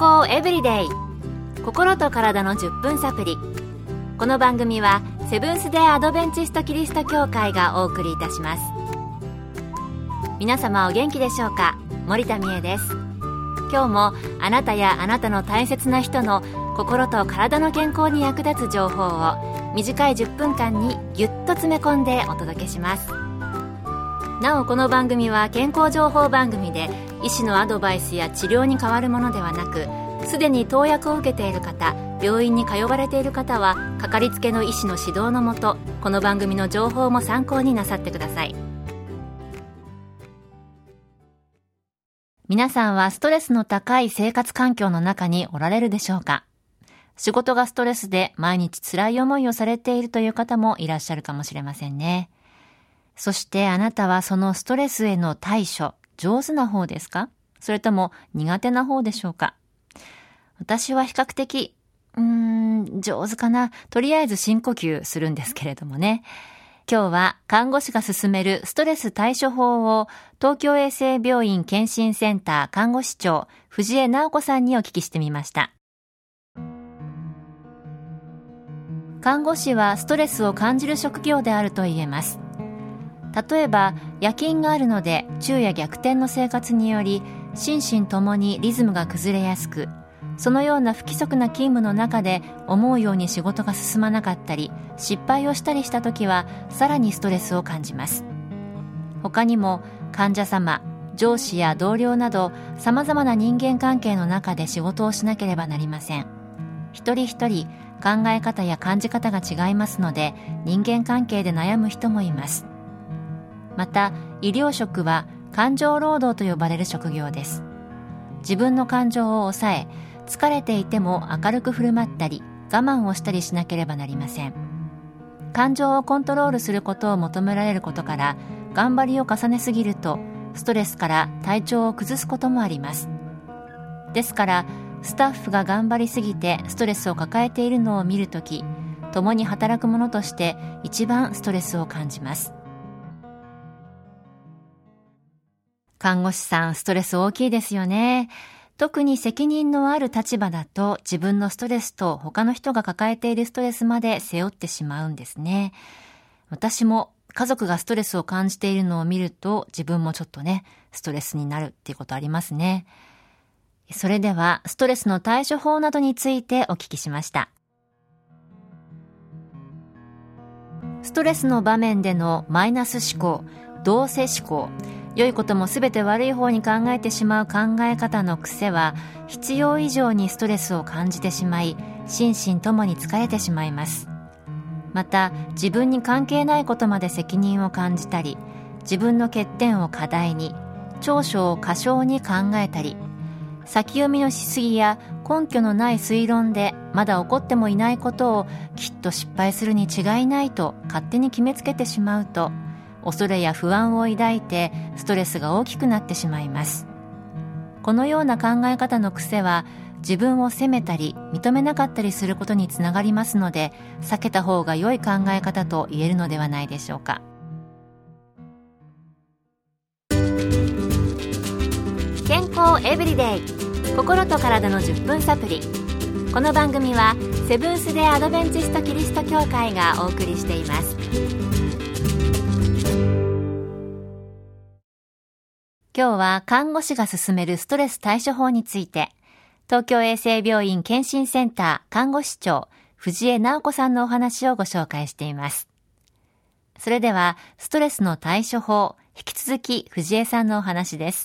康エブリデイ、心と体の10分サプリ。この番組はセブンス・デー・アドベンチスト・キリスト教会がお送りいたします。皆様お元気でしょうか。森田美恵です。今日もあなたやあなたの大切な人の心と体の健康に役立つ情報を短い10分間にぎゅっと詰め込んでお届けします。なおこの番組は健康情報番組で、医師のアドバイスや治療に代わるものではなく、すでに投薬を受けている方、病院に通われている方はかかりつけの医師の指導のもと、この番組の情報も参考になさってください。皆さんはストレスの高い生活環境の中におられるでしょうか。仕事がストレスで毎日辛い思いをされているという方もいらっしゃるかもしれませんね。そしてあなたはそのストレスへの対処、上手な方ですか？それとも苦手な方でしょうか？私は比較的、上手かな。とりあえず深呼吸するんですけれどもね。今日は看護師が勧めるストレス対処法を東京衛生病院健診センター看護師長藤江直子さんにお聞きしてみました。看護師はストレスを感じる職業であると言えます。例えば夜勤があるので昼夜逆転の生活により心身ともにリズムが崩れやすく、そのような不規則な勤務の中で思うように仕事が進まなかったり失敗をしたりした時はさらにストレスを感じます。他にも患者様、上司や同僚など様々な人間関係の中で仕事をしなければなりません。一人一人考え方や感じ方が違いますので、人間関係で悩む人もいます。また医療職は感情労働と呼ばれる職業です。自分の感情を抑え、疲れていても明るく振る舞ったり我慢をしたりしなければなりません。感情をコントロールすることを求められることから、頑張りを重ねすぎるとストレスから体調を崩すこともあります。ですからスタッフが頑張りすぎてストレスを抱えているのを見るとき、共に働く者として一番ストレスを感じます。看護師さん、ストレス大きいですよね。特に責任のある立場だと、自分のストレスと他の人が抱えているストレスまで背負ってしまうんですね。私も家族がストレスを感じているのを見ると、自分もちょっとね、ストレスになるっていうことありますね。それでは、ストレスの対処法などについてお聞きしました。ストレスの場面でのマイナス思考、どうせ思考、良いこともすべて悪い方に考えてしまう考え方の癖は、必要以上にストレスを感じてしまい、心身ともに疲れてしまいます。また、自分に関係ないことまで責任を感じたり、自分の欠点を課題に、長所を過小に考えたり、先読みのしすぎや根拠のない推論でまだ起こってもいないことをきっと失敗するに違いないと勝手に決めつけてしまうと、恐れや不安を抱いてストレスが大きくなってしまいます。このような考え方の癖は自分を責めたり認めなかったりすることにつながりますので、避けた方が良い考え方と言えるのではないでしょうか。健康エブリデイ、心と体の10分サプリ。この番組はセブンス・デー・アドベンチスト・キリスト教会がお送りしています。今日は看護師が勧めるストレス対処法について、東京衛生病院健診センター看護師長藤江直子さんのお話をご紹介しています。それではストレスの対処法、引き続き藤江さんのお話です。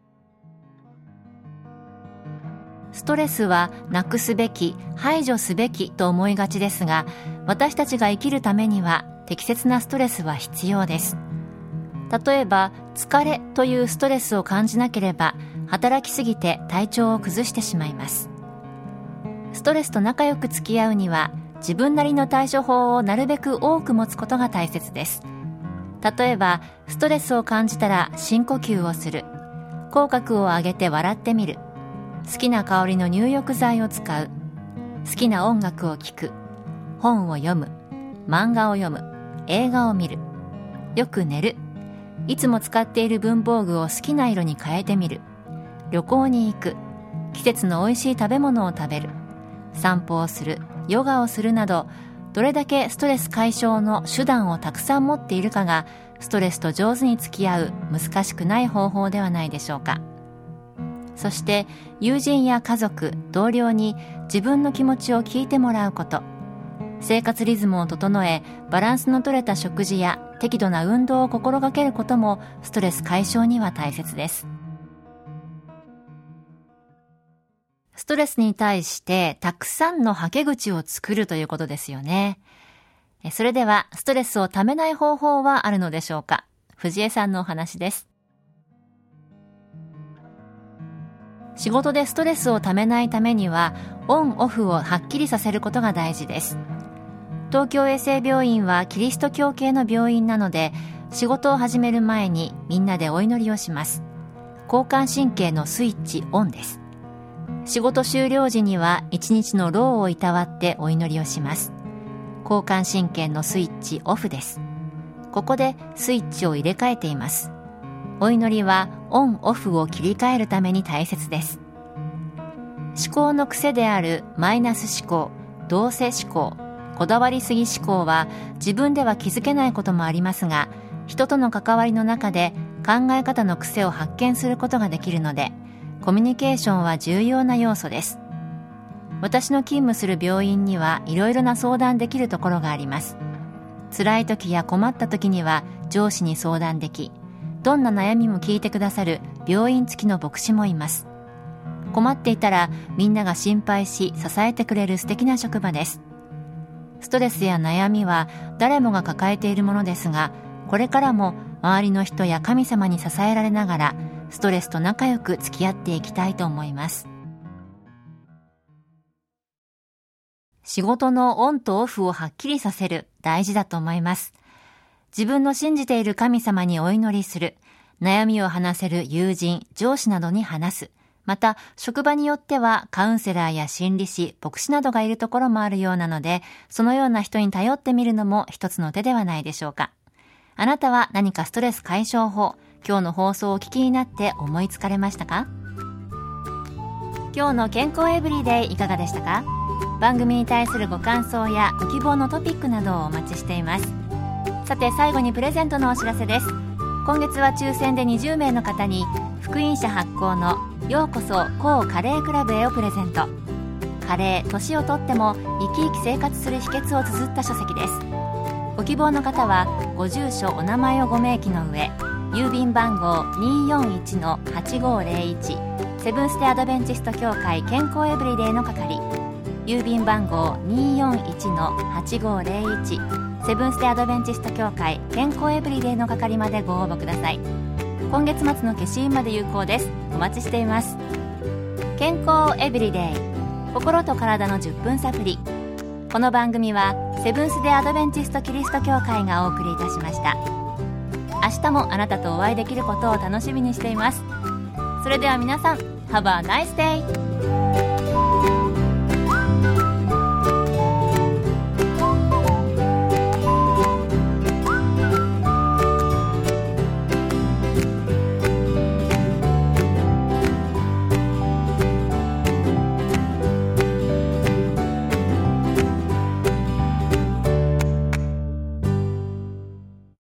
ストレスはなくすべき、排除すべきと思いがちですが、私たちが生きるためには適切なストレスは必要です。例えば疲れというストレスを感じなければ、働きすぎて体調を崩してしまいます。ストレスと仲良く付き合うには、自分なりの対処法をなるべく多く持つことが大切です。例えばストレスを感じたら深呼吸をする、口角を上げて笑ってみる、好きな香りの入浴剤を使う、好きな音楽を聴く、本を読む、漫画を読む、映画を見る、よく寝る、いつも使っている文房具を好きな色に変えてみる、旅行に行く、 季節の美味しい食べ物を食べる、散歩をする、ヨガをするなど、どれだけストレス解消の手段をたくさん持っているかがストレスと上手に付き合う難しくない方法ではないでしょうか。そして友人や家族、同僚に自分の気持ちを聞いてもらうこと、生活リズムを整えバランスの取れた食事や適度な運動を心がけることもストレス解消には大切です。ストレスに対してたくさんのはけ口を作るということですよね。それではストレスをためない方法はあるのでしょうか。藤江さんのお話です。仕事でストレスをためないためにはオンオフをはっきりさせることが大事です。東京衛生病院はキリスト教系の病院なので、仕事を始める前にみんなでお祈りをします。交感神経のスイッチオンです。仕事終了時には一日の労をいたわってお祈りをします。交感神経のスイッチオフです。ここでスイッチを入れ替えています。お祈りはオンオフを切り替えるために大切です。思考の癖であるマイナス思考、どうせ思考、こだわりすぎ思考は自分では気づけないこともありますが、人との関わりの中で考え方の癖を発見することができるので、コミュニケーションは重要な要素です。私の勤務する病院にはいろいろな相談できるところがあります。辛い時や困った時には上司に相談でき、どんな悩みも聞いてくださる病院付きの牧師もいます。困っていたらみんなが心配し支えてくれる素敵な職場です。ストレスや悩みは誰もが抱えているものですが、これからも周りの人や神様に支えられながらストレスと仲良く付き合っていきたいと思います。仕事のオンとオフをはっきりさせる、大事だと思います。自分の信じている神様にお祈りする、悩みを話せる友人、上司などに話す、また職場によってはカウンセラーや心理師、牧師などがいるところもあるようなので、そのような人に頼ってみるのも一つの手ではないでしょうか。あなたは何かストレス解消法、今日の放送をお聞きになって思いつかれましたか？今日の健康エブリデイいかがでしたか？番組に対するご感想やご希望のトピックなどをお待ちしています。さて最後にプレゼントのお知らせです。今月は抽選で20名の方に福音社発行のようこそ高カレークラブへをプレゼント。カレー、年をとっても生き生き生活する秘訣を綴った書籍です。ご希望の方はご住所お名前をご明記の上、郵便番号 241-8501 セブンステアドベンチスト協会健康エブリデイの係、郵便番号 241-8501 セブンステアドベンチスト協会健康エブリデイの係までご応募ください。今月末の消印まで有効です。お待ちしています。健康エブリデイ、心と体の10分サプリ。この番組はセブンステアドベンチストキリスト教会がお送りいたしました。明日もあなたとお会いできることを楽しみにしています。それでは皆さん、Have a nice day!